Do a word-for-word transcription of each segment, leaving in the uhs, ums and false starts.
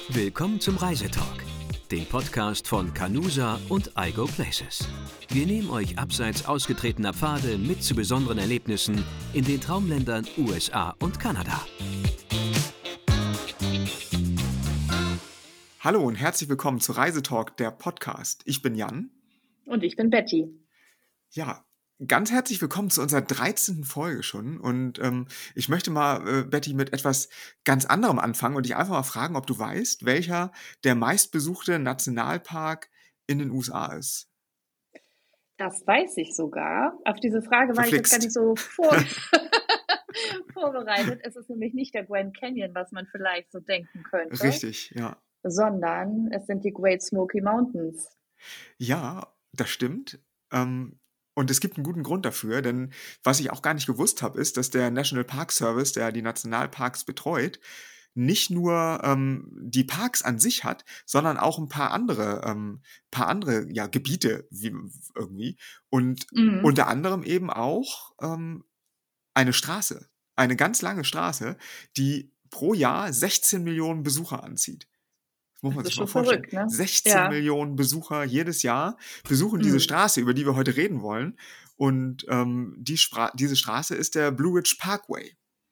Willkommen zum Reisetalk, dem Podcast von Canusa und I Go Places. Wir nehmen euch abseits ausgetretener Pfade mit zu besonderen Erlebnissen in den Traumländern U S A und Kanada. Hallo und herzlich willkommen zu Reisetalk, der Podcast. Ich bin Jan. Und ich bin Betty. Ja, ganz herzlich willkommen zu unserer dreizehnten Folge schon. Und ähm, ich möchte mal, äh, Betty, mit etwas ganz anderem anfangen und dich einfach mal fragen, ob du weißt, welcher der meistbesuchte Nationalpark in den U S A ist. Das weiß ich sogar. Auf diese Frage war ich jetzt gar Verflixt. nicht so vor vorbereitet. Es ist nämlich nicht der Grand Canyon, was man vielleicht so denken könnte, Richtig, ja. sondern es sind die Great Smoky Mountains. Ja, das stimmt. Ähm, und es gibt einen guten Grund dafür, denn was ich auch gar nicht gewusst habe, ist, dass der National Park Service, der die Nationalparks betreut, nicht nur ähm, die Parks an sich hat, sondern auch ein paar andere, ähm, paar andere ja, Gebiete wie, irgendwie. Und Mhm. unter anderem eben auch ähm, eine Straße, eine ganz lange Straße, die pro Jahr sechzehn Millionen Besucher anzieht. Das muss man Das ist sich mal schon vorstellen. verrückt, ne? sechzehn Ja. Millionen Besucher jedes Jahr besuchen diese Mhm. Straße, über die wir heute reden wollen. Und ähm, die Spra- diese Straße ist der Blue Ridge Parkway.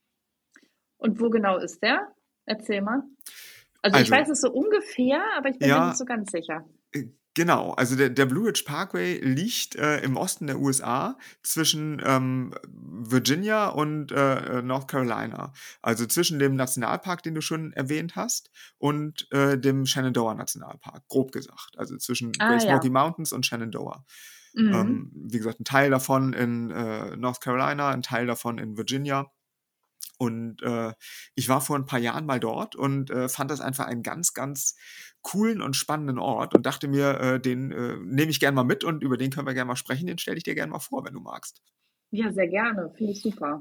Und wo genau ist der? Erzähl mal. Also ich Also, weiß es so ungefähr, aber ich bin mir nicht ja, so ganz sicher. äh, genau. Also der, der Blue Ridge Parkway liegt äh, im Osten der U S A zwischen ähm, Virginia und äh, North Carolina. Also zwischen dem Nationalpark, den du schon erwähnt hast, und äh, dem Shenandoah Nationalpark, grob gesagt. Also zwischen Ah Great Smoky ja. Mountains und Shenandoah. Mhm. Ähm, wie gesagt, ein Teil davon in äh, North Carolina, ein Teil davon in Virginia. Und äh, ich war vor ein paar Jahren mal dort und äh, fand das einfach einen ganz, ganz coolen und spannenden Ort und dachte mir, äh, den äh, nehme ich gerne mal mit und über den können wir gerne mal sprechen. Den stelle ich dir gerne mal vor, wenn du magst. Ja, sehr gerne. Finde ich super.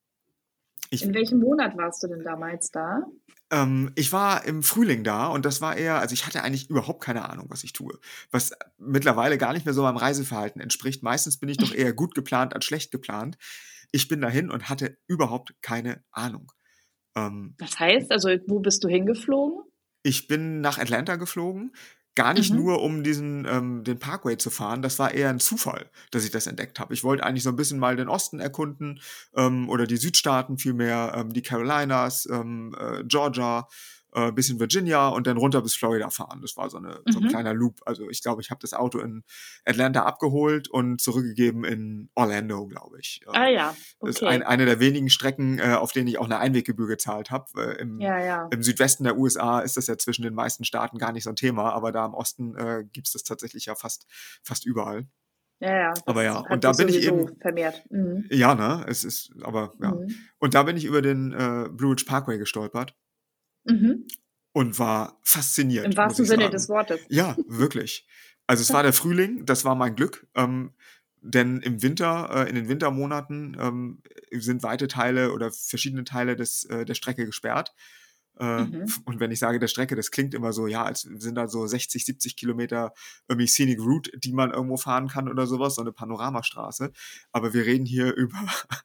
Ich, In welchem Monat warst du denn damals da? ähm, ich war im Frühling da und das war eher, also ich hatte eigentlich überhaupt keine Ahnung, was ich tue. Was mittlerweile gar nicht mehr so meinem Reiseverhalten entspricht. Meistens bin ich doch eher gut geplant als schlecht geplant. Ich bin dahin und hatte überhaupt keine Ahnung. Ähm, Das heißt, also wo bist du hingeflogen? Ich bin nach Atlanta geflogen, gar nicht Mhm. nur, um diesen ähm, den Parkway zu fahren. Das war eher ein Zufall, dass ich das entdeckt habe. Ich wollte eigentlich so ein bisschen mal den Osten erkunden, ähm, oder die Südstaaten vielmehr, ähm, die Carolinas, ähm, äh, Georgia, äh, bisschen Virginia und dann runter bis Florida fahren. Das war so, eine, so ein Mhm. kleiner Loop. Also ich glaube, ich habe das Auto in Atlanta abgeholt und zurückgegeben in Orlando, glaube ich. Äh, Ah ja, das ist ein, okay. eine der wenigen Strecken, äh, auf denen ich auch eine Einweggebühr gezahlt habe. Äh, im, Ja, ja. Im Südwesten der U S A ist das ja zwischen den meisten Staaten gar nicht so ein Thema, aber da im Osten äh, gibt es das tatsächlich ja fast, fast überall. Ja, ja, Aber das ja, hat und da sich bin ich sowieso eben, vermehrt. Mhm. ja, ne, es ist, aber ja. Mhm. Und da bin ich über den äh, Blue Ridge Parkway gestolpert Mhm. und war Im fasziniert, muss wahrsten ich Sinne des sagen. Wortes. Ja, wirklich. Also es war der Frühling, das war mein Glück, ähm, denn im Winter, äh, in den Wintermonaten ähm, sind weite Teile oder verschiedene Teile des, äh, der Strecke gesperrt. Äh, Mhm. und wenn ich sage der Strecke, das klingt immer so, ja, als sind da so sechzig, siebzig Kilometer irgendwie Scenic Route, die man irgendwo fahren kann oder sowas, so eine Panoramastraße. Aber wir reden hier über,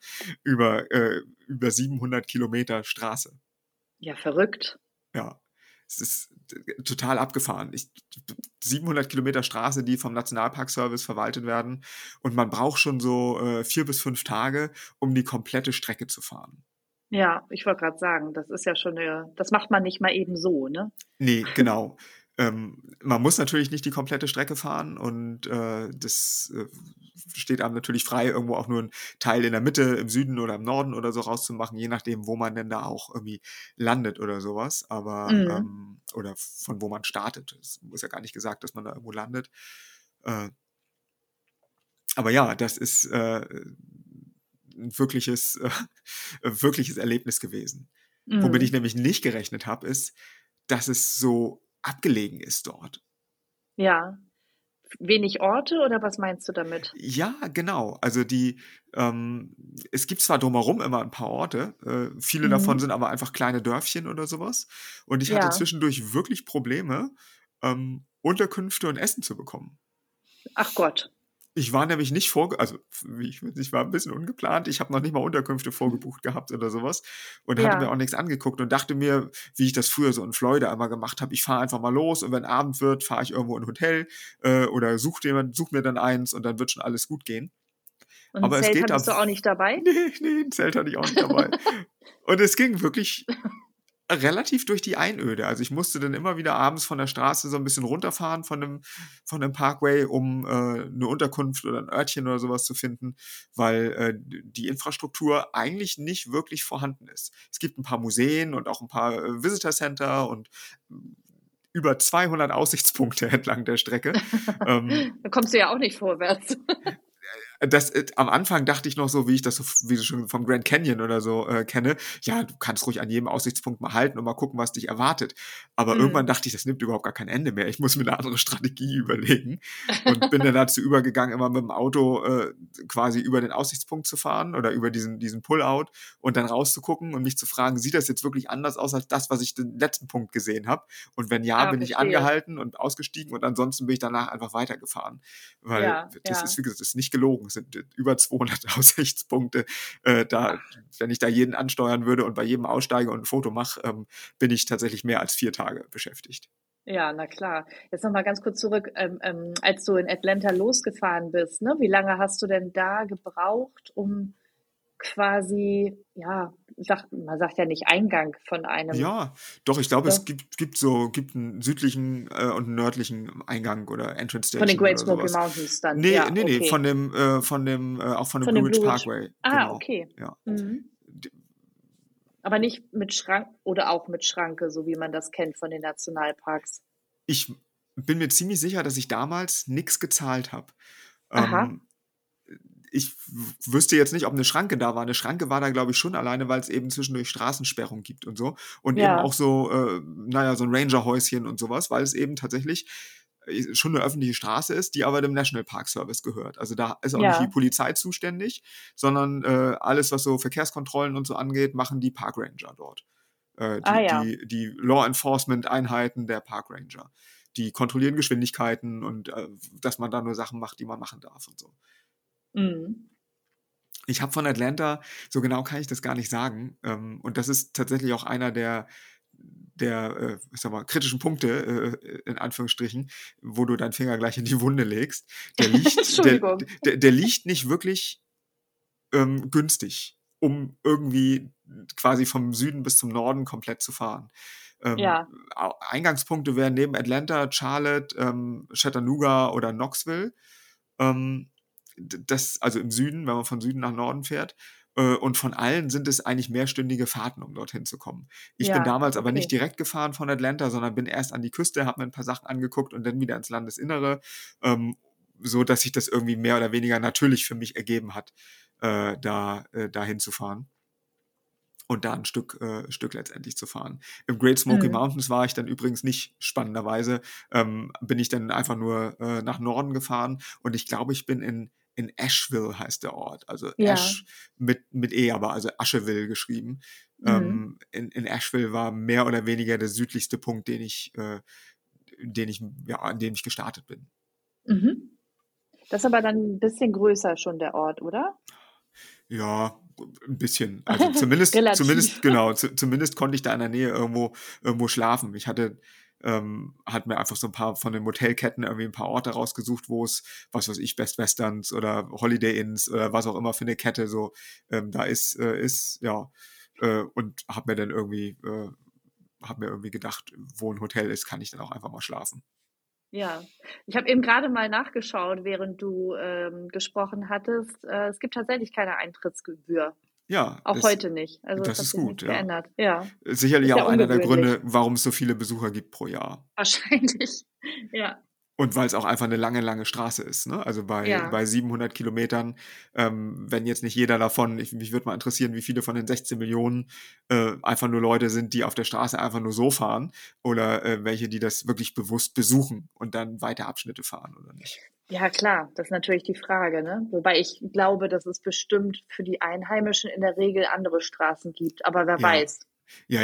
über, äh, über siebenhundert Kilometer Straße. Ja, verrückt. Ja, es ist äh, total abgefahren. Ich, siebenhundert Kilometer Straße, die vom Nationalparkservice verwaltet werden. Und man braucht schon so äh, vier bis fünf Tage, um die komplette Strecke zu fahren. Ja, ich wollte gerade sagen, das ist ja schon eine, das macht man nicht mal eben so, ne? Nee, genau. Ähm, man muss natürlich nicht die komplette Strecke fahren und äh, das äh, steht einem natürlich frei, irgendwo auch nur einen Teil in der Mitte, im Süden oder im Norden oder so rauszumachen, je nachdem, wo man denn da auch irgendwie landet oder sowas. Aber Mhm. ähm, oder von wo man startet. Es ist ja gar nicht gesagt, dass man da irgendwo landet. Äh, aber ja, das ist äh, ein wirkliches, äh, wirkliches Erlebnis gewesen. Womit ich Mhm. nämlich nicht gerechnet habe, ist, dass es so abgelegen ist dort. Ja. Wenig Orte oder was meinst du damit? Ja, genau. Also die, ähm, es gibt zwar drumherum immer ein paar Orte, äh, viele davon Mhm. sind aber einfach kleine Dörfchen oder sowas. Und ich hatte Ja. zwischendurch wirklich Probleme, ähm, Unterkünfte und Essen zu bekommen. Ach Gott. Ich war nämlich nicht vorge also, wie ich ich war 'n bisschen ungeplant. Ich habe noch nicht mal Unterkünfte vorgebucht gehabt oder so was und hatte mir Ja. auch nix angeguckt und dachte mir, wie ich das früher so in Florida immer gemacht habe: „Ich fahre einfach mal los und wenn Abend wird, fahre ich irgendwo in 'n Hotel, äh, oder suche jemand suche mir dann eins und dann wird schon alles gut gehen.“ Und 'n Aber es Zelt geht da hattest du auch nicht dabei? ne, ne, 'n Zelt hatte ich auch nicht dabei. Und es ging wirklich relativ durch die Einöde. Also, ich musste dann immer wieder abends von der Straße so 'n bisschen runterfahren von 'nem von 'nem Parkway, um, äh, 'ne Unterkunft oder 'n Örtchen oder so was zu finden, weil, äh, d die Infrastruktur eigentlich nicht wirklich vorhanden ist. Es gibt 'n paar Museen und auch 'n paar, äh, Visitor Center und über zweihundert Aussichtspunkte entlang der Strecke. Ähm Da kommst du ja auch nicht vorwärts. Das äh, am Anfang dachte ich noch so, wie ich das so f wie so schon vom Grand Canyon oder so, äh, kenne: „Ja, du kannst ruhig an jedem Aussichtspunkt mal halten und mal gucken, was dich erwartet.“ Aber irgendwann Mhm. dachte ich, das nimmt überhaupt gar kein Ende mehr. Ich muss mir 'ne andere Strategie überlegen und bin dann dazu übergegangen, immer mit'm Auto, äh, quasi über den Aussichtspunkt zu fahren oder über diesen diesen Pull-out und dann rauszugucken und mich zu fragen: „Sieht das jetzt wirklich anders aus als das, was ich den letzten Punkt gesehen habe?“ Und wenn ja, Ah, bin ich verstehe. angehalten und ausgestiegen und ansonsten bin ich danach einfach weitergefahren. Weil Ja, das ja. ist wie gesagt, das ist nicht gelogen. Es sind über zweihundert Aussichtspunkte. Äh, da Ach. wenn ich da jeden ansteuern würde und bei jedem aussteige und 'n Foto mache, ähm, bin ich tatsächlich mehr als vier Tage beschäftigt. Ja, na klar. Jetzt noch mal ganz kurz zurück, ähm, ähm, als du in Atlanta losgefahren bist, ne? Wie lange hast du denn da gebraucht, um quasi, ja, sagt man sagt ja nicht Eingang von einem Ja, doch, ich glaube, es ne? gibt gibt so gibt 'n südlichen, äh, und 'n nördlichen Eingang oder Entrance Von den Station Great oder so Smoky was. Mountains dann, Ne, ja, ne, ne, okay. von dem äh, von dem äh, auch von dem Von Blue dem Ridge Blue Ridge Parkway, ah, genau, okay. ja. Mhm. D Aber nicht mit Schrank oder auch mit Schranke, so wie man das kennt von den Nationalparks? Ich bin mir ziemlich sicher, dass ich damals nix gezahlt habe. Aha. Ähm, ich w wüsste jetzt nicht, ob 'ne Schranke da war. 'Ne Schranke war da, glaube ich, schon alleine, weil's eben zwischendurch Straßensperrung gibt und so. Und eben Ja. auch so, äh, na ja, so 'n Rangerhäuschen und so was, weil es eben tatsächlich, äh, schon 'ne öffentliche Straße ist, die aber dem National Park Service gehört. Also, da ist auch nicht die Ja. Polizei zuständig, sondern, äh, alles, was so Verkehrskontrollen und so angeht, machen die Park Ranger dort. Äh, Ah die ja. die die Law Enforcement Einheiten der Park Ranger. Die kontrollieren Geschwindigkeiten und, äh, dass man da nur Sachen macht, die man machen darf und so. Mhm. Ich habe von Atlanta so genau kann ich das gar nicht sagen. Ähm, und das ist tatsächlich auch einer der der, äh, ich sage mal, kritischen Punkte, äh, in Anführungsstrichen, wo du deinen Finger gleich in die Wunde legst. Der liegt der Entschuldigung. der der liegt nicht wirklich, ähm, günstig, um irgendwie quasi vom Süden bis zum Norden komplett zu fahren. Ähm, Ja. Au Eingangspunkte wären neben Atlanta, Charlotte, ähm, Chattanooga oder Knoxville. Ähm, d das also im Süden, wenn man von Süden nach Norden fährt. Äh, und von allen sind es eigentlich mehrstündige Fahrten, um dorthin zu kommen. Ich bin Ja, damals aber nicht okay. direkt gefahren von Atlanta, sondern bin erst an die Küste, habe mir 'n paar Sachen angeguckt und dann wieder ins Landesinnere, ähm, sodass sich das irgendwie mehr oder weniger natürlich für mich ergeben hat, äh, da äh, da hinzufahren. Und da 'n Stück äh, Stück letztendlich zu fahren. Im Great Smoky Mhm. Mountains war ich dann übrigens nicht spannenderweise, ähm, bin ich dann einfach nur, äh, nach Norden gefahren und ich glaube, ich bin in in Asheville heißt der Ort, also Ja. Ash mit mit E, aber also Asheville geschrieben. Mhm. Ähm, in in Asheville war mehr oder weniger der südlichste Punkt, den ich äh, den ich ja, an dem ich gestartet bin. Mhm. Das ist aber dann 'n bisschen größer schon der Ort, oder? Ja, 'n bisschen. Also, zumindest zumindest Relativ. genau, zu zumindest konnte ich da in der Nähe irgendwo irgendwo schlafen. Ich hatte ähm, hatte mir einfach so 'n paar von den Motelketten irgendwie 'n paar Orte rausgesucht, wo es, was weiß ich, Best Westerns oder Holiday Inns oder was auch immer für 'ne Kette so, ähm, da ist äh, ist, ja. Äh, und habe mir dann irgendwie äh, habe mir irgendwie gedacht, wo 'n Hotel ist, kann ich dann auch einfach mal schlafen. Ja. Ich habe eben grade mal nachgeschaut, während du, ähm, gesprochen hattest. Äh, es gibt tatsächlich keine Eintrittsgebühr. Ja, Auch das heute nicht. Also, es das hat ist sich gut, nicht ja. geändert. Ja. Sicherlich Ist auch ja einer der ungewöhnlich. Gründe, warum es so viele Besucher gibt pro Jahr. Wahrscheinlich, ja. Und weil's auch einfach 'ne lange, lange Straße ist, ne? Also, bei Ja. bei siebenhundert Kilometern, ähm, wenn jetzt nicht jeder davon ich mich würde mal interessieren, wie viele von den sechzehn Millionen äh, einfach nur Leute sind, die auf der Straße einfach nur so fahren oder, äh, welche, die das wirklich bewusst besuchen und dann weite Abschnitte fahren oder nicht. Ja klar, das ist natürlich die Frage, ne? Wobei ich glaube, dass es bestimmt für die Einheimischen in der Regel andere Straßen gibt, aber wer Ja. weiß. Ja, ja.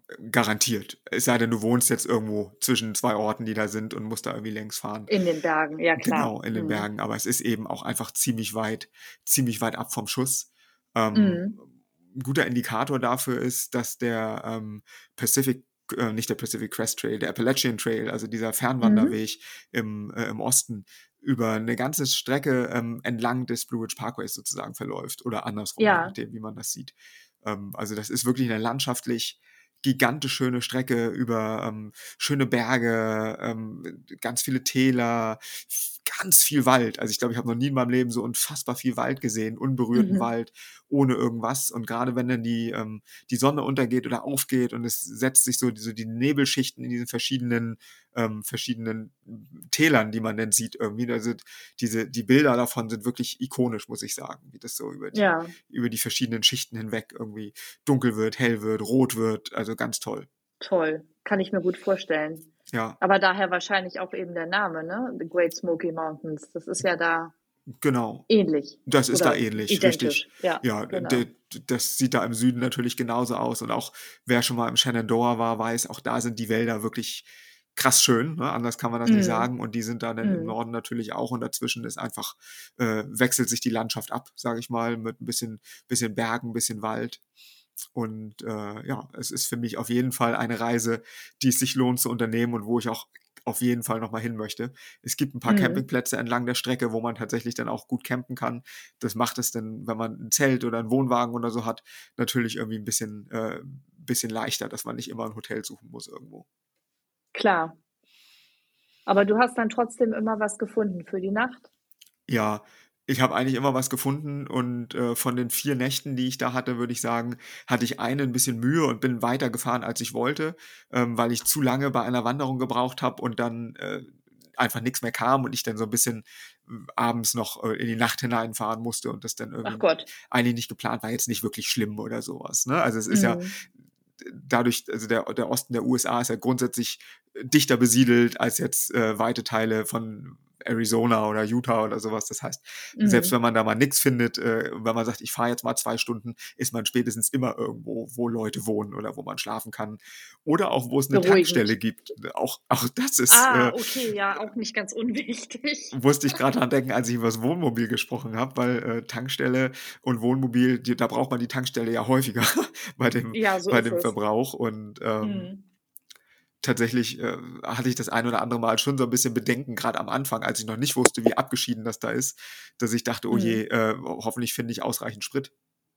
garantiert. Es sei denn, du wohnst jetzt irgendwo zwischen zwei Orten, die da sind und musst da irgendwie längs fahren. In den Bergen, ja klar. Genau, in den Mhm. Bergen, aber es ist eben auch einfach ziemlich weit ziemlich weit ab vom Schuss. Ähm, Mhm. 'n guter Indikator dafür ist, dass der, ähm, Pacific äh, nicht der Pacific Crest Trail, der Appalachian Trail, also dieser Mhm. Fernwanderweg im äh, im Osten über 'ne ganze Strecke, ähm, entlang des Blue Ridge Parkways sozusagen verläuft oder andersrum, je Ja. nachdem, wie man das sieht. Ähm, also, das ist wirklich 'ne landschaftlich gigantisch schöne Strecke über, ähm, schöne Berge, ähm, ganz viele Täler, ganz viel Wald. Also, ich glaube, ich habe noch nie in meinem Leben so unfassbar viel Wald gesehen, unberührten Mhm. Wald, ohne irgendwas. Und grade wenn dann die ähm, die Sonne untergeht oder aufgeht und es setzt sich so die so die Nebelschichten in diesen verschiedenen ähm, verschiedenen Tälern, die man dann sieht irgendwie. Also, diese die Bilder davon sind wirklich ikonisch, muss ich sagen, wie das so über die Ja. über die verschiedenen Schichten hinweg irgendwie dunkel wird, hell wird, rot wird, also ganz toll. Toll, kann ich mir gut vorstellen. Ja. Aber daher wahrscheinlich auch eben der Name, ne? The Great Smoky Mountains. Das ist ja da Genau. ähnlich Das ist da oder ähnlich, richtig. identisch. Ja, Ja, genau. d d das sieht da im Süden natürlich genauso aus und auch wer schon mal im Shenandoah war, weiß, auch da sind die Wälder wirklich krass schön, ne? Anders kann man das nicht Mhm. sagen und die sind da dann im Mhm. Norden natürlich auch und dazwischen ist einfach äh, wechselt sich die Landschaft ab, sage ich mal, mit 'n bisschen bisschen Bergen, bisschen Wald. Und, äh, ja, es ist für mich auf jeden Fall eine Reise, die es sich lohnt zu unternehmen und wo ich auch auf jeden Fall noch mal hin möchte. Es gibt 'n paar Mhm. Campingplätze entlang der Strecke, wo man tatsächlich dann auch gut campen kann. Das macht es dann, wenn man 'n Zelt oder 'n Wohnwagen oder so hat, natürlich irgendwie 'n bisschen äh, bisschen leichter, dass man nicht immer 'n Hotel suchen muss irgendwo. Klar. Aber du hast dann trotzdem immer was gefunden für die Nacht? Ja, ich habe eigentlich immer was gefunden und, äh, von den vier Nächten, die ich da hatte, würde ich sagen, hatte ich eine 'n bisschen Mühe und bin weitergefahren, als ich wollte, ähm, weil ich zu lange bei einer Wanderung gebraucht habe und dann, äh, einfach nix mehr kam und ich dann so 'n bisschen, hm, abends noch, äh, in die Nacht hineinfahren musste und das dann Ach irgendwie Gott. eigentlich nicht geplant war jetzt nicht wirklich schlimm oder so was, ne? Also, es ist ja Mhm. d dadurch also, der der Osten der U S A ist ja grundsätzlich dichter besiedelt als jetzt, äh, weite Teile von Arizona oder Utah oder so was. Das heißt, selbst Mhm. wenn man da mal nix findet, äh, wenn man sagt: „Ich fahre jetzt mal zwei Stunden“, ist man spätestens immer irgendwo, wo Leute wohnen oder wo man schlafen kann oder auch, wo es 'ne Beruhigend. Tankstelle gibt. Auch auch das ist, Ah, äh okay, ja, auch nicht ganz unwichtig. musste ich grad dran denken, als ich übers Wohnmobil gesprochen habe, weil, äh, Tankstelle und Wohnmobil, die da braucht man die Tankstelle ja häufiger bei dem Ja, so bei ist dem es. Verbrauch und, ähm Mhm. tatsächlich, äh, hatte ich das ein oder andere Mal schon so 'n bisschen Bedenken, grad am Anfang, als ich noch nicht wusste, wie abgeschieden das da ist, dass ich dachte: „Oh je, Mhm. äh, hoffentlich finde ich ausreichend Sprit.“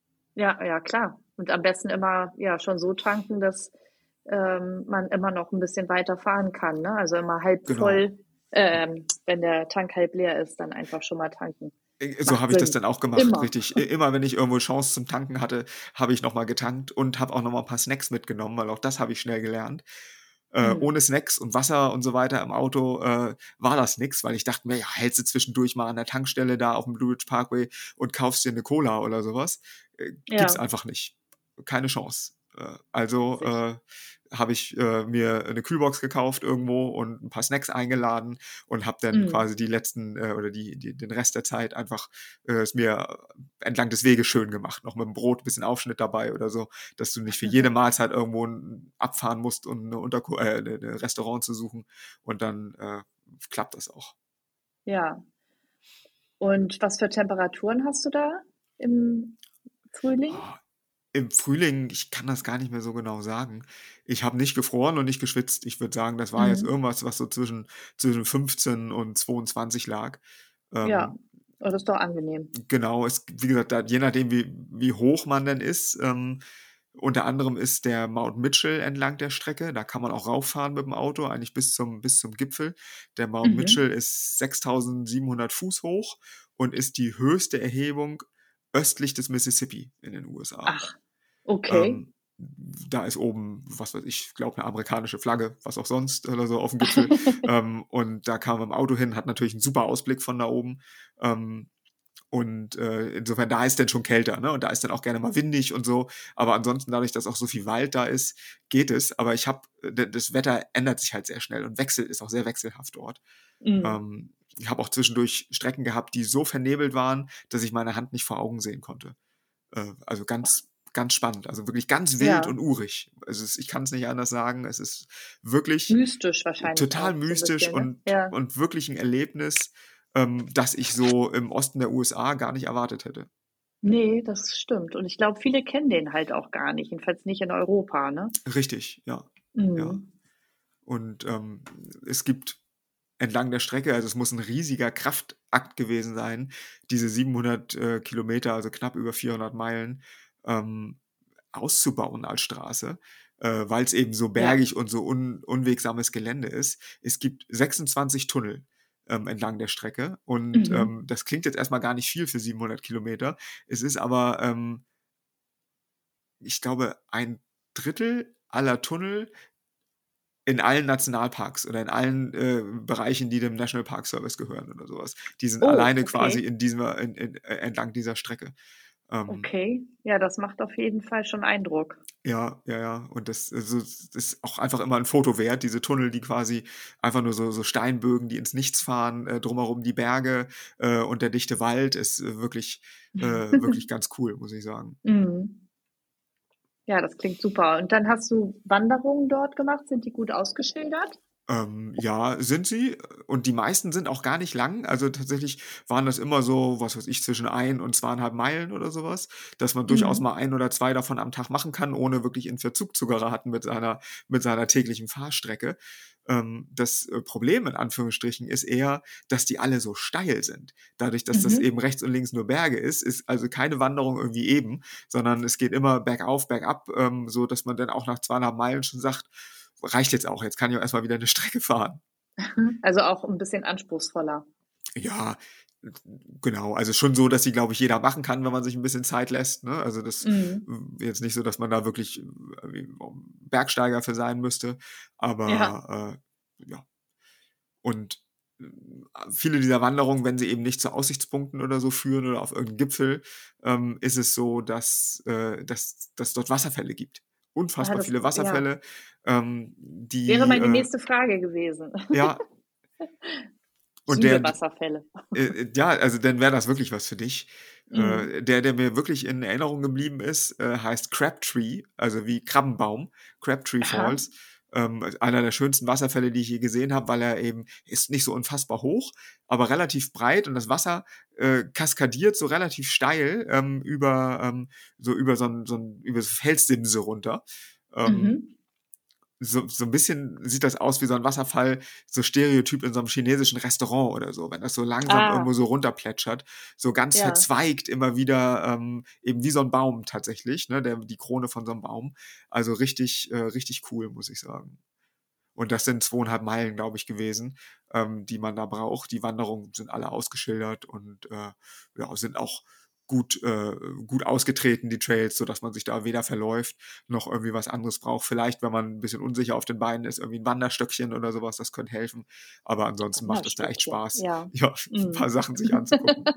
Ja, ja, klar. Und am besten immer, ja, schon so tanken, dass, ähm, man immer noch 'n bisschen weiter fahren kann, ne? Also, immer halb Genau. voll ähm, wenn der Tank halb leer ist, dann einfach schon mal tanken. Äh, so Macht habe ich das Sinn. dann auch gemacht, Immer. richtig. I immer wenn ich irgendwo Chance zum Tanken hatte, habe ich noch mal getankt und habe auch noch mal 'n paar Snacks mitgenommen, weil auch das habe ich schnell gelernt. Äh, Mhm. ohne Snacks und Wasser und so weiter im Auto, äh, war das nix, weil ich dachte mir: „Ja, hältst du zwischendurch mal an der Tankstelle da aufm Blue Ridge Parkway und kaufst dir 'ne Cola oder so was.“ Äh, gibt's Ja. einfach nicht. Keine Chance. Äh, also, Witzig. äh, habe ich, äh, mir 'ne Kühlbox gekauft irgendwo und 'n paar Snacks eingeladen und habe dann Mhm. quasi die letzten äh, oder die die den Rest der Zeit einfach, äh, es mir entlang des Weges schön gemacht, noch mit'm Brot, bisschen Aufschnitt dabei oder so, dass du nicht für jede Mahlzeit irgendwo 'n abfahren musst, um 'ne Unterku äh, 'ne 'ne Restaurant zu suchen und dann, äh, klappt das auch. Ja. Und was für Temperaturen hast du da im Frühling? Oh, im Frühling, ich kann das gar nicht mehr so genau sagen. Ich habe nicht gefroren und nicht geschwitzt. Ich würde sagen, das war jetzt Mhm. irgendwas, was so zwischen zwischen fünfzehn und zweiundzwanzig lag. Ja, Ähm oh, das ist doch angenehm. genau, es wie gesagt, da je nachdem, wie wie hoch man denn ist, ähm, unter anderem ist der Mount Mitchell entlang der Strecke. Da kann man auch rauffahren mit'm Auto, eigentlich bis zum bis zum Gipfel. Der Mount Mhm. Mitchell ist sechstausendsiebenhundert Fuß hoch und ist die höchste Erhebung östlich des Mississippi in den U S A. Ach, okay. Ähm, da ist oben, was weiß ich, glaube 'ne amerikanische Flagge, was auch sonst oder so aufm Gipfel. Ähm, und da kann man mit'm Auto hin, hat natürlich 'n super Ausblick von da oben. Ähm, und, äh, insofern, da ist dann schon kälter, ne? Und da ist dann auch gerne mal windig und so. Aber ansonsten, dadurch, dass auch so viel Wald da ist, geht es. Aber ich habe d das Wetter ändert sich halt sehr schnell und wechselt ist auch sehr wechselhaft dort. Mhm. Ähm, ich habe auch zwischendurch Strecken gehabt, die so vernebelt waren, dass ich meine Hand nicht vor Augen sehen konnte. Äh, also, Ach. ganz ganz spannend, also, wirklich ganz wild Ja. und urig. Also, es ich kann's nicht anders sagen. Es ist wirklich Mystisch wahrscheinlich total auch so 'n mystisch bisschen, ne? und Ja. und wirklich 'n Erlebnis, ähm, das ich so im Osten der U S A gar nicht erwartet hätte. Ne, das stimmt. Und ich glaube, viele kennen den halt auch gar nicht, jedenfalls nicht in Europa, ne? Richtig, ja. Ja. Mhm. Und, ähm, es gibt entlang der Strecke also, es muss 'n riesiger Kraftakt gewesen sein, diese siebenhundert, äh, Kilometer, also knapp über vierhundert Meilen, ähm, auszubauen als Straße, äh, weil's eben so Ja. bergig und so un unwegsames Gelände ist. Es gibt sechsundzwanzig Tunnel, ähm, entlang der Strecke und, Mhm. ähm, das klingt jetzt erst mal gar nicht viel für siebenhundert Kilometer. Es ist aber, ähm ich glaube, ein Drittel aller Tunnel in allen Nationalparks oder in allen, äh, Bereichen, die dem National Park Service gehören oder so was. Die sind Oh, alleine quasi okay. in dieser in in äh, entlang dieser Strecke. Ähm Okay, ja, das macht auf jeden Fall schon Eindruck. Ja, ja, ja. Und das also, das ist auch einfach immer 'n Foto wert, diese Tunnel, die quasi einfach nur so so Steinbögen, die ins Nichts fahren, äh, drumherum die Berge, äh, und der dichte Wald ist, äh, wirklich äh, wirklich ganz cool, muss ich sagen. Mhm. Ja, das klingt super. Und dann hast du Wanderungen dort gemacht. Sind die gut ausgeschildert? Ähm, ja, sind sie. Und die meisten sind auch gar nicht lang. Also, tatsächlich waren das immer so, was weiß ich, zwischen ein und zweieinhalb Meilen oder so was, dass man durchaus Mhm. mal ein oder zwei davon am Tag machen kann, ohne wirklich in Verzug zu geraten mit seiner mit seiner täglichen Fahrstrecke. Ähm, das, äh, Problem in Anführungsstrichen ist eher, dass die alle so steil sind. Dadurch, dass das eben Mhm. rechts und links nur Berge ist, ist also keine Wanderung irgendwie eben, sondern es geht immer bergauf, bergab, ähm, sodass man dann auch nach zweieinhalb Meilen schon sagt: „Reicht jetzt auch, jetzt kann ich auch erst mal wieder 'ne Strecke fahren.“ Also, auch 'n bisschen anspruchsvoller. Ja, g genau. Also, schon so, dass sie, glaube ich, jeder machen kann, wenn man sich 'n bisschen Zeit lässt, ne? Also, das Mhm. w jetzt nicht so, dass man da wirklich, äh, wie Bergsteiger für sein müsste, Ja. aber, äh, ja. Und, hm, viele dieser Wanderungen, wenn sie eben nicht zu Aussichtspunkten oder so führen oder auf irgend 'n Gipfel, ähm, ist es so, dass äh, dass dass dort Wasserfälle gibt. Ah, Unfassbar das viele ja. Wasserfälle, ähm, Wäre die, meine äh nächste Frage gewesen. Ja. Und der Viele d Wasserfälle. äh, äh, ja, also, dann wäre das wirklich was für dich. Mhm. Äh, der, der mir wirklich in Erinnerung geblieben ist, äh, heißt Crabtree, also wie Krabbenbaum, Crabtree Aha. Falls. Ähm, einer der schönsten Wasserfälle, die ich je gesehen habe, weil er eben ist nicht so unfassbar hoch, aber relativ breit und das Wasser, äh, kaskadiert so relativ steil, ähm, über ähm, so über so 'n so 'n über so Felssimse runter. Ähm, Mhm. so so 'n bisschen sieht das aus wie so 'n Wasserfall, so Stereotyp in so 'nem chinesischen Restaurant oder so, wenn das so langsam irgendwo Ah. so runter plätschert, so ganz Ja. verzweigt immer wieder, ähm, eben wie so 'n Baum tatsächlich, ne, der die Krone von so 'nem Baum. Also, richtig äh, richtig cool, muss ich sagen. Und das sind zweieinhalb Meilen, glaube ich, gewesen, ähm, die man da braucht. Die Wanderungen sind alle ausgeschildert und, äh, ja, sind auch gut äh, gut ausgetreten, die Trails, sodass man sich da weder verläuft noch irgendwie was anderes braucht. Vielleicht, wenn man 'n bisschen unsicher auf den Beinen ist, irgendwie 'n Wanderstöckchen oder so was, das könnte helfen. Aber ansonsten macht es da echt Wanderstöckchen, Spaß, ja. ja, 'n paar Mhm. Sachen sich anzugucken.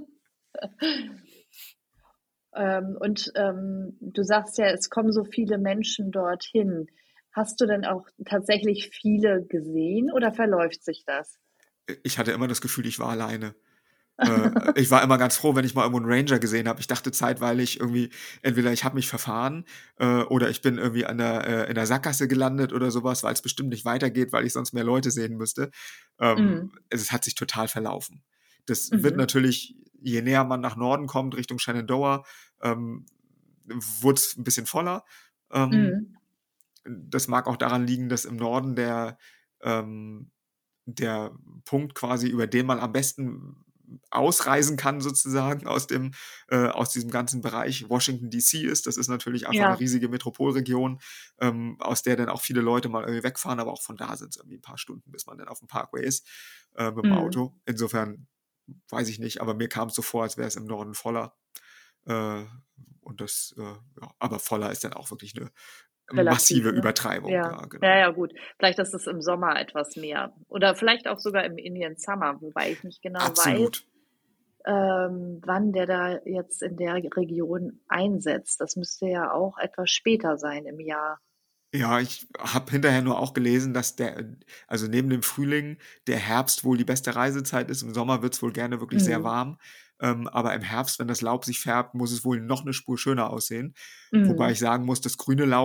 Ähm, und, ähm, du sagst ja, es kommen so viele Menschen dorthin. Hast du denn auch tatsächlich viele gesehen oder verläuft sich das? I ich hatte immer das Gefühl, ich war alleine. Äh, ich war immer ganz froh, wenn ich mal irgendwo 'n Ranger gesehen habe. Ich dachte zeitweilig irgendwie, entweder ich habe mich verfahren, äh, oder ich bin irgendwie an der äh, in der Sackgasse gelandet oder so was, weil's bestimmt nicht weitergeht, weil ich sonst mehr Leute sehen müsste. Ähm, Mhm. es hat sich total verlaufen. Das wird Mhm. natürlich je näher man nach Norden kommt, Richtung Shenandoah, ähm, wurd's 'n bisschen voller. Ähm, Mhm. das mag auch daran liegen, dass im Norden der ähm, der Punkt quasi, über den man am besten ausreisen kann sozusagen aus dem äh, aus diesem ganzen Bereich Washington DC ist. Das ist natürlich einfach 'ne Ja. riesige Metropolregion, ähm, aus der dann auch viele Leute mal irgendwie wegfahren, aber auch von da sind's irgendwie 'n paar Stunden, bis man dann aufm Parkway ist, äh, mit'm Mhm. Auto. Insofern weiß ich nicht, aber mir kam's so vor, als wäre es im Norden voller. Äh, und das, äh, ja aber voller ist dann auch wirklich 'ne massive Relativ, ne? Übertreibung, Ja. ja, Ja, genau. ja, gut. Vielleicht ist es im Sommer etwas mehr oder vielleicht auch sogar im Indian Summer, wobei ich nicht genau weiß, Absolut. ähm, wann der da jetzt in der Region einsetzt. Das müsste ja auch etwas später sein im Jahr. Ja, ich habe hinterher nur auch gelesen, dass der also, neben dem Frühling der Herbst wohl die beste Reisezeit ist. Im Sommer wird's wohl gerne wirklich sehr Mhm. warm. Ähm, aber im Herbst, wenn das Laub sich färbt, muss es wohl noch 'ne Spur schöner aussehen. Wobei Mhm. ich sagen muss, das grüne Laub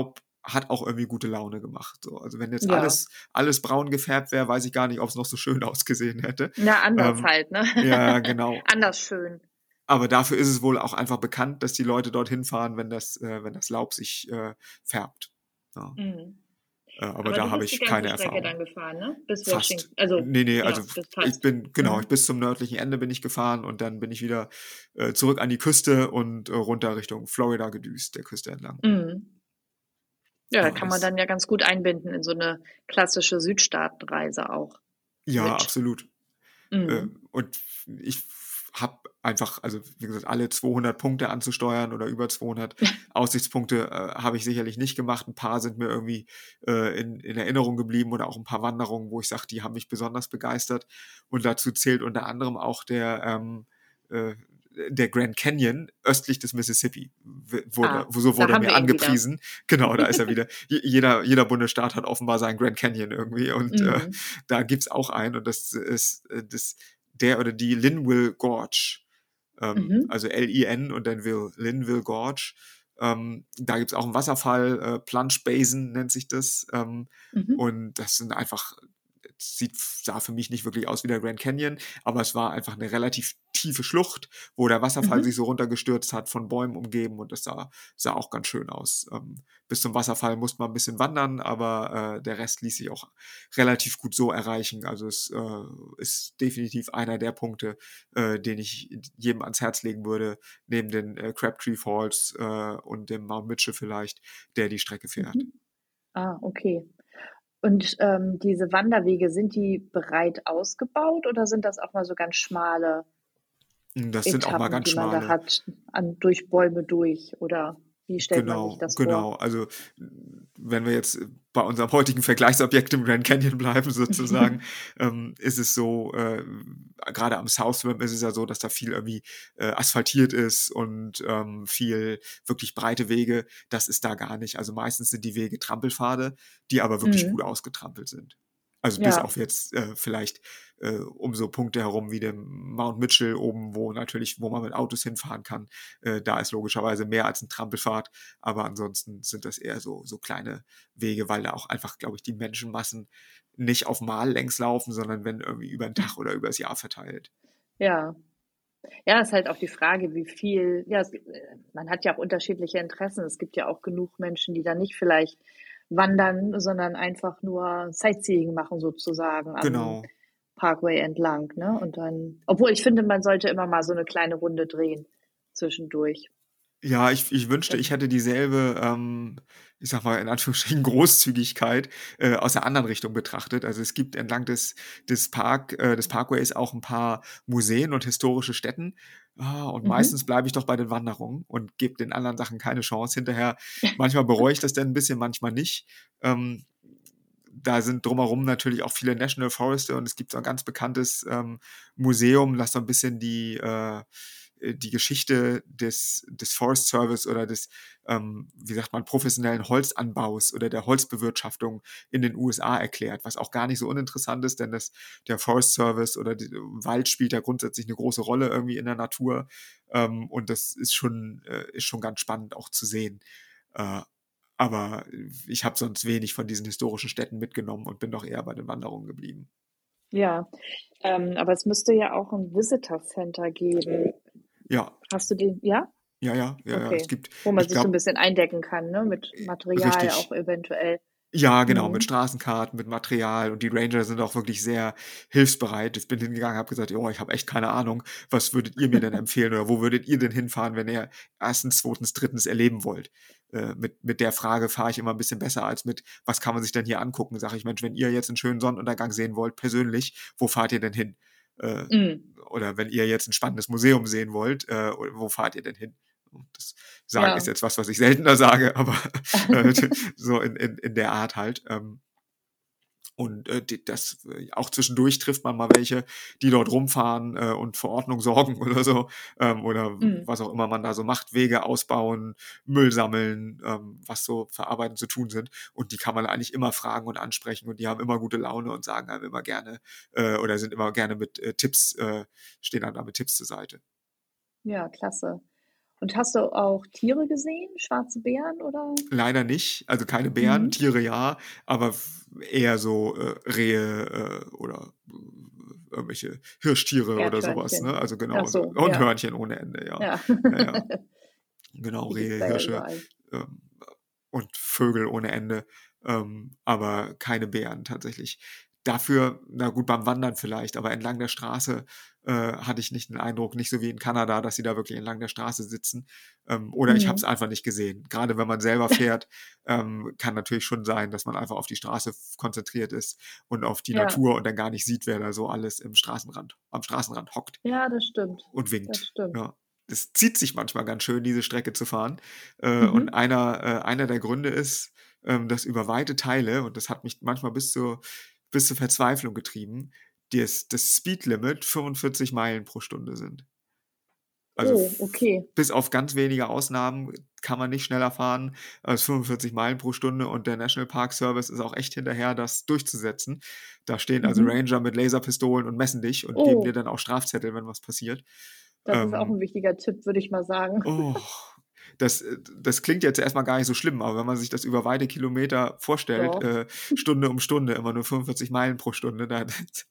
hat auch irgendwie gute Laune gemacht. So. Also wenn jetzt Ja. alles, alles braun gefärbt wäre, weiß ich gar nicht, ob es noch so schön ausgesehen hätte. Na, anders Ähm, halt, ne? ja, genau. Anders schön. Aber dafür ist es wohl auch einfach bekannt, dass die Leute dorthin fahren, wenn das, äh, wenn das Laub sich äh, färbt. Ja. Mhm. Äh, aber Aber da du habe bist die ich ganze keine Strecke Erfahrung. dann gefahren, ne? Bis Fast. Washington. Also, Nee, nee, also ja, bis ich fast. bin, genau, ich Mhm. bis zum nördlichen Ende bin ich gefahren und dann bin ich wieder äh, zurück an die Küste und äh, runter Richtung Florida gedüst, der Küste entlang. Mhm. Ja, da Ja, kann man das, dann ja ganz gut einbinden in so eine klassische Südstaatenreise auch ja, mit. absolut. Äh, Mhm. und ich habe einfach, also wie gesagt, alle zweihundert Punkte anzusteuern oder über zweihundert Aussichtspunkte äh, habe ich sicherlich nicht gemacht. Ein paar sind mir irgendwie äh, in, in Erinnerung geblieben oder auch ein paar Wanderungen, wo ich sage, die haben mich besonders begeistert. Und dazu zählt unter anderem auch der, ähm, äh, der Grand Canyon östlich des Mississippi. W- Wurde, Ah, so da wurde er haben mir wir ihn wieder. angepriesen. Genau, da ist er wieder. Je- Jeder, jeder Bundesstaat hat offenbar seinen Grand Canyon irgendwie und äh, Mhm. da gibt's auch einen und das ist äh, das, der oder die Linville Gorge. Ähm, Mhm. also L I N und dann Will, Linville Gorge. Ähm, da gibt's auch einen Wasserfall, äh, Plunge Basin nennt sich das. Ähm, Mhm. und das sind einfach, es sieht, sah für mich nicht wirklich aus wie der Grand Canyon, aber es war einfach eine relativ tiefe Schlucht, wo der Wasserfall sich Mhm. so runtergestürzt hat, von Bäumen umgeben und das sah, sah auch ganz schön aus. Ähm, bis zum Wasserfall musste man ein bisschen wandern, aber äh, der Rest ließ sich auch relativ gut so erreichen. Also es äh, ist definitiv einer der Punkte, äh, den ich jedem ans Herz legen würde, neben den äh, Crabtree Falls äh, und dem Mount Mitchell vielleicht, der die Strecke fährt. Mhm. Ah, okay. Und, ähm, diese Wanderwege, sind die breit ausgebaut oder sind das auch mal so ganz schmale Das sind auch mal Etappen, ganz die man da schmale. hat, an durch Bäume durch oder wie stellt man sich Genau, das vor? genau. Also wenn wir jetzt bei unserem heutigen Vergleichsobjekt im Grand Canyon bleiben, sozusagen, ähm, ist es so, äh, gerade am South Rim ist es ja so, dass da viel irgendwie äh, asphaltiert ist und ähm, viel wirklich breite Wege. Das ist da gar nicht. Also meistens sind die Wege Trampelpfade, die aber wirklich gut Mhm. ausgetrampelt sind. Also bis Ja. auf jetzt äh, vielleicht äh, um so Punkte herum wie dem Mount Mitchell oben, wo natürlich, wo man mit Autos hinfahren kann. Äh, da ist logischerweise mehr als ein Trampelpfad, aber ansonsten sind das eher so, so kleine Wege, weil da auch einfach, glaube ich, die Menschenmassen nicht auf Mal längs laufen, sondern wenn irgendwie über den Tag oder übers Jahr verteilt. Ja. Ja, ist halt auch die Frage, wie viel ja, es gibt äh, man hat ja auch unterschiedliche Interessen. Es gibt ja auch genug Menschen, die dann nicht vielleicht wandern, sondern einfach nur Sightseeing machen sozusagen am Genau. Parkway entlang, ne? Und dann obwohl ich finde, man sollte immer mal so 'ne kleine Runde drehen zwischendurch. Ja, ich ich wünschte, ich Dann hätte dieselbe, ähm, ich sage mal, in Anführungsstrichen Großzügigkeit, äh, aus der anderen Richtung betrachtet. Also, es gibt entlang des des Park äh, des Parkways auch ein paar Museen und historische Stätten. Ah, und meistens mhm. bleibe ich doch bei den Wanderungen und gebe den anderen Sachen keine Chance. Hinterher manchmal bereue ich das dann ein bisschen, manchmal nicht. Ähm, da sind drumherum natürlich auch viele National Foreste und es gibt so ein ganz bekanntes, ähm, Museum, das so ein bisschen die, äh äh, die Geschichte des, des Forest Service oder des, ähm, wie sagt man, professionellen Holzanbaus oder der Holzbewirtschaftung in den U S A erklärt, was auch gar nicht so uninteressant ist, denn das, der Forest Service oder die, Wald spielt ja grundsätzlich eine große Rolle irgendwie in der Natur ähm, und das ist schon, äh, ist schon ganz spannend auch zu sehen. Äh, aber ich habe sonst wenig von diesen historischen Städten mitgenommen und bin doch eher bei den Wanderungen geblieben. Ja, ähm, aber es müsste ja auch 'n Visitor Center geben. Ja, Hast du den ja? ja, ja, ja, ja. Es Okay. gibt, Wo man ich sich so 'n glaube, bisschen eindecken kann, ne, mit Material auch richtig. eventuell. Ja, genau, mit Mhm. Straßenkarten, mit Material und die Ranger sind auch wirklich sehr hilfsbereit. Ich bin hingegangen, habe gesagt: „Oh, ich habe echt keine Ahnung. Was würdet ihr mir denn empfehlen oder wo würdet ihr denn hinfahren, wenn ihr erstens, zweitens, drittens erleben wollt?“ Äh, mit mit der Frage fahre ich immer 'n bisschen besser als mit: „Was kann man sich denn hier angucken?“ Sage ich: „Mensch, wenn ihr jetzt 'n schönen Sonnenuntergang sehen wollt, persönlich, wo fahrt ihr denn hin?“ Äh, Mhm. oder wenn ihr jetzt 'n spannendes Museum sehen wollt, äh, wo fahrt ihr denn hin? Und das sagen ist Ja. jetzt was, was ich seltener sage, aber äh, so in in in der Art halt. Ähm, und äh, die, das äh, auch zwischendurch trifft man mal welche, die dort rumfahren äh, und für Ordnung sorgen oder so ähm, oder Mhm. was auch immer man da so macht, Wege ausbauen, Müll sammeln, ähm, was so verarbeiten zu tun sind. Und die kann man eigentlich immer fragen und ansprechen und die haben immer gute Laune und sagen einem immer gerne äh, oder sind immer gerne mit äh, Tipps, äh, stehen dann da mit Tipps zur Seite. Ja, klasse. Und hast du auch Tiere gesehen, schwarze Bären oder? Leider nicht, also keine Bären, Mhm. Tiere ja, aber f eher so, äh, Rehe, äh, oder äh, irgendwelche Hirschtiere oder sowas, Erdhörnchen. ne? Also Ach genau so so, und ja. Hörnchen ohne Ende, ja. Ja. Ja, ja. Genau, Die gibt's Rehe, da ja Hirsche, überall. ähm, und Vögel ohne Ende, ähm, aber keine Bären tatsächlich. Dafür, na gut, beim Wandern vielleicht, aber entlang der Straße, äh, hatte ich nicht den Eindruck, nicht so wie in Kanada, dass sie da wirklich entlang der Straße sitzen. Ähm, oder ich habe es Mhm. einfach nicht gesehen. Grade wenn man selber fährt, ähm, kann natürlich schon sein, dass man einfach auf die Straße f konzentriert ist und auf die Ja. Natur und dann gar nicht sieht, wer da so alles im Straßenrand am Straßenrand hockt Ja, das stimmt. und Das winkt, stimmt. ja. Es zieht sich manchmal ganz schön, diese Strecke zu fahren. Äh, und Mhm. einer äh, einer der Gründe ist, ähm, dass über weite Teile, und das hat mich manchmal bis zur bis zur Verzweiflung getrieben, das das Speedlimit fünfundvierzig Meilen pro Stunde sind. Also Oh, f okay. bis auf ganz wenige Ausnahmen kann man nicht schneller fahren als fünfundvierzig Meilen pro Stunde und der National Park Service ist auch echt hinterher, das durchzusetzen. Da stehen also Mhm. Ranger mit Laserpistolen und messen dich und geben dir Oh. dann auch Strafzettel, wenn was passiert. Das ist auch Ähm 'n wichtiger Tipp, würde ich mal sagen. Oh, das äh, das klingt jetzt erst mal gar nicht so schlimm, aber wenn man sich das über weite Kilometer vorstellt, Doch. äh, Stunde um Stunde, immer nur fünfundvierzig Meilen pro Stunde, da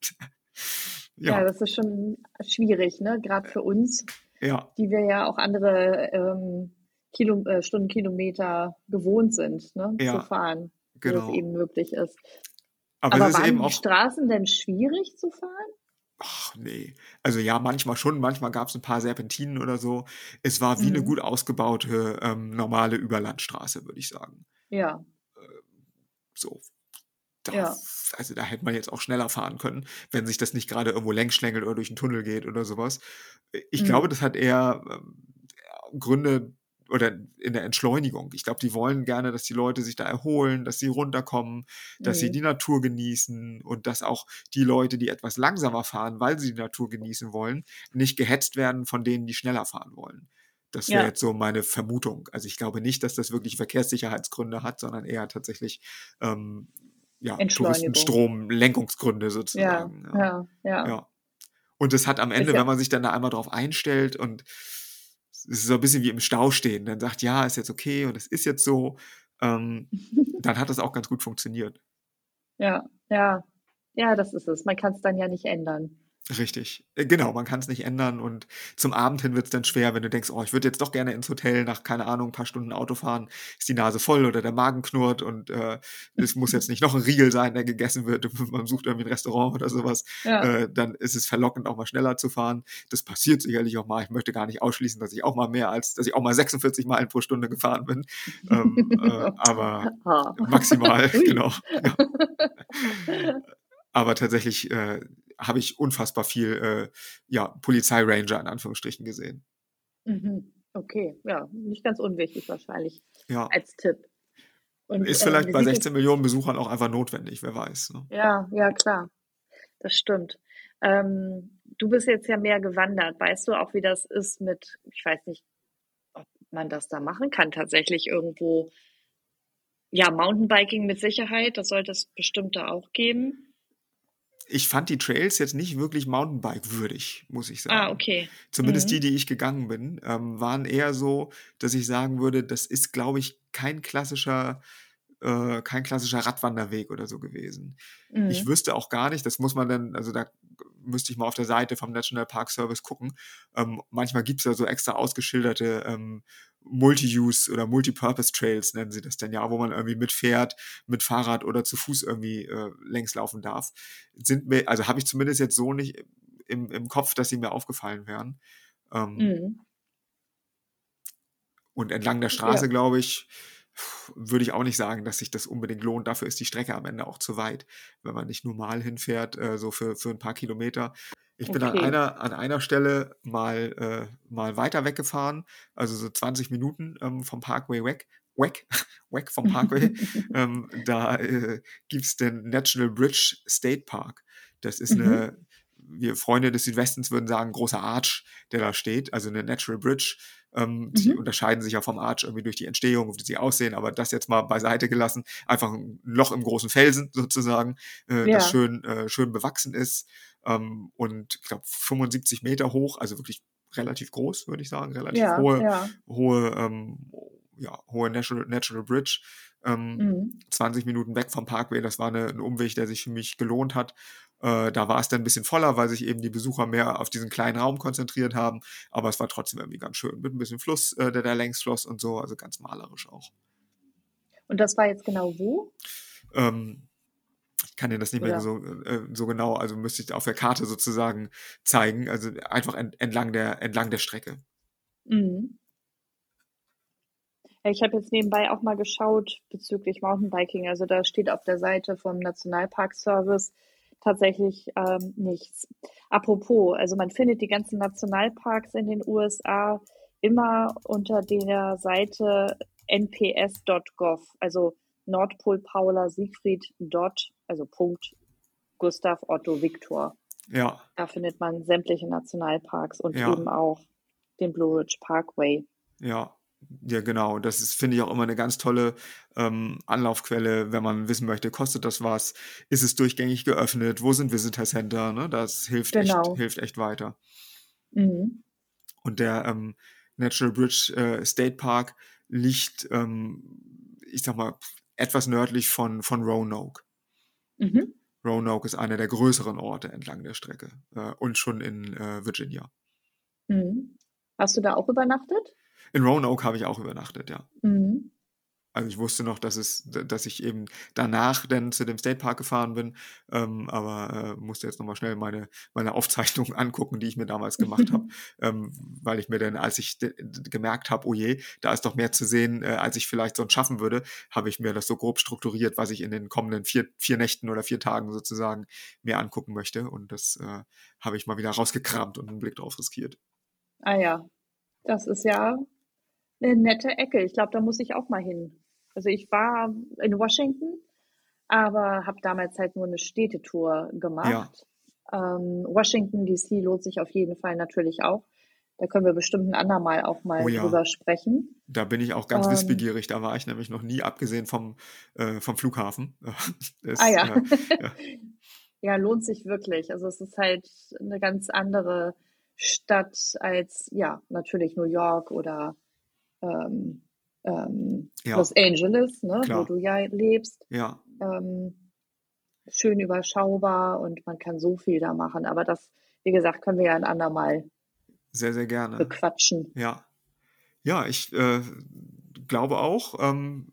Ja, ja. das ist schon schwierig, ne, grad für uns, Äh, ja. die wir ja auch andere, ähm, Kilo äh, Stundenkilometer gewohnt sind, ne, zu Ja, fahren, wo das genau. eben möglich ist. Aber es Aber ist waren eben die auch Straßen denn schwierig zu fahren? Ach ne. Also ja, manchmal schon, manchmal gab's 'n paar Serpentinen oder so. Es war wie 'ne Mhm. gut ausgebaute, ähm, normale Überlandstraße, würde ich sagen. Ja. Ähm, so, da Ja. f also, da hätte man jetzt auch schneller fahren können, wenn sich das nicht grade irgendwo längs schlängelt oder durch 'n Tunnel geht oder so was. Äh, ich glaube, Mhm. das hat eher, ähm, ja, Gründe oder in der Entschleunigung. Ich glaube, die wollen gerne, dass die Leute sich da erholen, dass sie runterkommen, dass sie die Mhm. Natur genießen und dass auch die Leute, die etwas langsamer fahren, weil sie die Natur genießen wollen, nicht gehetzt werden von denen, die schneller fahren wollen. Das wäre Ja. jetzt so meine Vermutung. Also, ich glaube nicht, dass das wirklich Verkehrssicherheitsgründe hat, sondern eher tatsächlich, ähm, ja, Entschleunigung. Touristenstrom, Lenkungsgründe Ja, sozusagen, ja. ja, ja. Ja. Und das hat am Ist Ende, ja wenn man sich dann da einmal drauf einstellt und es ist so 'n bisschen wie im Stau stehen, dann sagt: „Ja, ist jetzt okay und es ist jetzt so“, ähm, dann hat das auch ganz gut funktioniert. Ja, ja. Ja, das ist es. Man kann's dann ja nicht ändern. Richtig. Äh, genau, man kann's nicht ändern und zum Abend hin wird's dann schwer, wenn du denkst: „Oh, ich würde jetzt doch gerne ins Hotel nach, keine Ahnung, paar Stunden Autofahren, ist die Nase voll oder der Magen knurrt und, äh, es muss jetzt nicht noch 'n Riegel sein, der gegessen wird und man sucht irgendwie 'n Restaurant oder so was.“ Ja. Äh, dann ist es verlockend, auch mal schneller zu fahren. Das passiert sicherlich auch mal. Ich möchte gar nicht ausschließen, dass ich auch mal mehr als dass ich auch mal sechsundvierzig Meilen pro Stunde gefahren bin, ähm, äh, aber Ah. maximal, Ui. genau, ja. Aber tatsächlich, äh, habe ich unfassbar viel, äh, ja, Polizei-Ranger in Anführungsstrichen gesehen. Mhm. Okay, ja, nicht ganz unwichtig wahrscheinlich Ja. als Tipp. Und, Ist ähm, vielleicht wie bei sieht es sechzehn Millionen Besuchern auch einfach notwendig, wer weiß, ne? Ja, ja klar, das stimmt. Ähm, du bist jetzt ja mehr gewandert. Weißt du auch, wie das ist mit ich weiß nicht, ob man das da machen kann tatsächlich irgendwo ja, Mountainbiking mit Sicherheit, das sollte es bestimmt da auch geben. Ich fand die Trails jetzt nicht wirklich Mountainbike-würdig, muss ich Ah, sagen. okay. Zumindest die, Mhm. die ich gegangen bin, ähm, waren eher so, dass ich sagen würde, das ist, glaube ich, kein klassischer äh, kein klassischer Radwanderweg oder so gewesen. Ich Mhm. wüsste auch gar nicht, das muss man dann also, da müsste ich mal auf der Seite vom National Park Service gucken. Ähm, manchmal gibt's da so extra ausgeschilderte, ähm, Multi-Use oder Multi-Purpose-Trails nennen sie das dann ja, wo man irgendwie mit Pferd, mit Fahrrad oder zu Fuß irgendwie, äh, längs laufen darf. Sind mir also, habe ich zumindest jetzt so nicht im im Kopf, dass sie mir aufgefallen wären. Ähm Mhm. Und entlang der Ja. Straße, glaube ich, würde ich auch nicht sagen, dass sich das unbedingt lohnt. Dafür ist die Strecke am Ende auch zu weit, wenn man nicht normal hinfährt, äh, so für für 'n paar Kilometer. Ich bin an Okay. einer an einer Stelle mal äh, mal weiter weggefahren, also, so zwanzig Minuten, ähm, vom Parkway weg weg weg vom Parkway. Ähm, da, äh, gibt's den National Bridge State Park. Das ist Mhm. 'ne wir Freunde des Südwestens würden sagen, großer Arch, der da steht, also, 'ne Natural Bridge. Ähm, die Mhm. unterscheiden sich ja vom Arch irgendwie durch die Entstehung, wie sie aussehen, aber das jetzt mal beiseite gelassen. Einfach 'n Loch im großen Felsen sozusagen, äh, das Ja. schön äh, schön bewachsen ist, ähm, und ich glaube fünfundsiebzig Meter hoch, also, wirklich relativ groß, würde ich sagen, relativ Ja, hohe, ja. hohe, ähm, ja, hohe Natural, Natural Bridge. Ähm, Mhm. zwanzig Minuten weg vom Parkway, das war eine, ein Umweg, der sich für mich gelohnt hat. Äh, da war es dann ein bisschen voller, weil sich eben die Besucher mehr auf diesen kleinen Raum konzentriert haben, aber es war trotzdem irgendwie ganz schön, mit ein bisschen Fluss, äh, der da längs floss und so, also ganz malerisch auch. Und das war jetzt genau wo? Ähm, ich kann dir das nicht mehr Oder? so, äh, so genau, also müsste ich auf der Karte sozusagen zeigen, also einfach ent, entlang der, entlang der Strecke. Mhm. Ja, ich habe jetzt nebenbei auch mal geschaut bezüglich Mountainbiking. Also da steht auf der Seite vom Nationalpark-Service tatsächlich ähm, nichts. Apropos, also man findet die ganzen Nationalparks in den U S A immer unter der Seite N P S Punkt gov, also Nordpol Paula Siegfried Dot, also Punkt Gustav Otto Viktor. Ja, Da findet man sämtliche Nationalparks und ja, eben auch den Blue Ridge Parkway. ja. Ja, genau. Das ist, finde ich, auch immer eine ganz tolle ähm, Anlaufquelle, wenn man wissen möchte, kostet das was? Ist es durchgängig geöffnet? Wo sind Visitor Center? Ne? Das hilft echt, Genau. hilft echt weiter. Mhm. Und der ähm, Natural Bridge äh, State Park liegt, ähm, ich sag mal, etwas nördlich von, von Roanoke. Mhm. Roanoke ist einer der größeren Orte entlang der Strecke äh, und schon in äh, Virginia. Mhm. Hast du da auch übernachtet? In Roanoke habe ich auch übernachtet, ja. Mhm. Also ich wusste noch, dass es, dass ich eben danach dann zu dem State Park gefahren bin, ähm, aber äh, musste jetzt nochmal schnell meine, meine Aufzeichnungen angucken, die ich mir damals gemacht habe, ähm, weil ich mir dann, als ich de- gemerkt habe, oh je, da ist doch mehr zu sehen, äh, als ich vielleicht sonst schaffen würde, habe ich mir das so grob strukturiert, was ich in den kommenden vier, vier Nächten oder vier Tagen sozusagen mir angucken möchte, und das äh, habe ich mal wieder rausgekramt und einen Blick drauf riskiert. Ah ja, das ist ja eine nette Ecke. Ich glaube, da muss ich auch mal hin. Also ich war in Washington, aber habe damals halt nur eine Städtetour Ja, gemacht. Ähm, Washington D C lohnt sich auf jeden Fall natürlich auch. Da können wir bestimmt ein andermal auch oh mal ja. drüber sprechen. Da bin ich auch ganz Ähm, wissbegierig. Da war ich nämlich noch nie, abgesehen vom, äh, vom Flughafen. ah Das, ja. äh, ja, Ja, lohnt sich wirklich. Also es ist halt eine ganz andere Stadt als, ja, natürlich New York oder ähm, ähm, ja, Los Angeles, ne, wo klar. du ja lebst. Ja, Ähm, schön überschaubar und man kann so viel da machen. Aber das, wie gesagt, können wir ja ein andermal sehr, sehr gerne. bequatschen. Ja, ja, ich äh, glaube auch, ähm,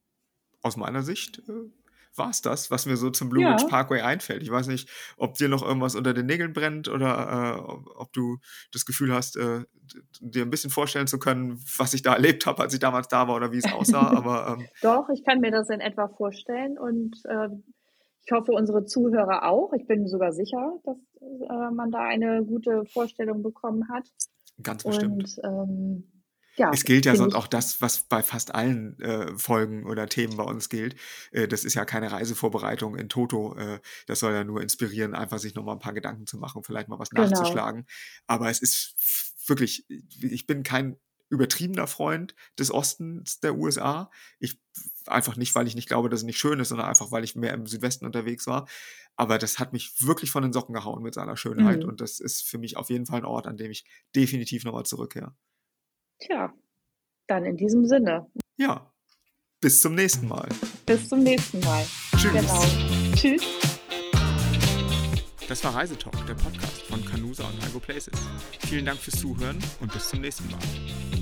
aus meiner Sicht äh, war es das, was mir so zum Blue Ridge Ja, Parkway einfällt. Ich weiß nicht, ob dir noch irgendwas unter den Nägeln brennt oder äh, ob, ob du das Gefühl hast, äh, d- dir ein bisschen vorstellen zu können, was ich da erlebt habe, als ich damals da war oder wie es aussah. Aber ähm, doch, ich kann mir das in etwa vorstellen und äh, ich hoffe, unsere Zuhörer auch. Ich bin sogar sicher, dass äh, man da eine gute Vorstellung bekommen hat. ganz bestimmt. Und ähm, ja, Es gilt ja finde sonst auch ich, das, was bei fast allen äh, Folgen oder Themen bei uns gilt. Äh, das ist ja keine Reisevorbereitung in Toto. Äh, das soll ja nur inspirieren, einfach sich nochmal ein paar Gedanken zu machen, vielleicht mal was genau. nachzuschlagen. Aber es ist f- wirklich, ich bin kein übertriebener Freund des Ostens der U S A. Ich einfach nicht, weil ich nicht glaube, dass es nicht schön ist, sondern einfach, weil ich mehr im Südwesten unterwegs war. Aber das hat mich wirklich von den Socken gehauen mit seiner Schönheit. Mhm. Und das ist für mich auf jeden Fall ein Ort, an dem ich definitiv nochmal zurückkehre. Tja, dann in diesem Sinne. Ja, bis zum nächsten Mal. Bis zum nächsten Mal. Genau. Tschüss. Tschüss. Das war Reisetalk, der Podcast von Canusa und Algo Places. Vielen Dank fürs Zuhören und bis zum nächsten Mal.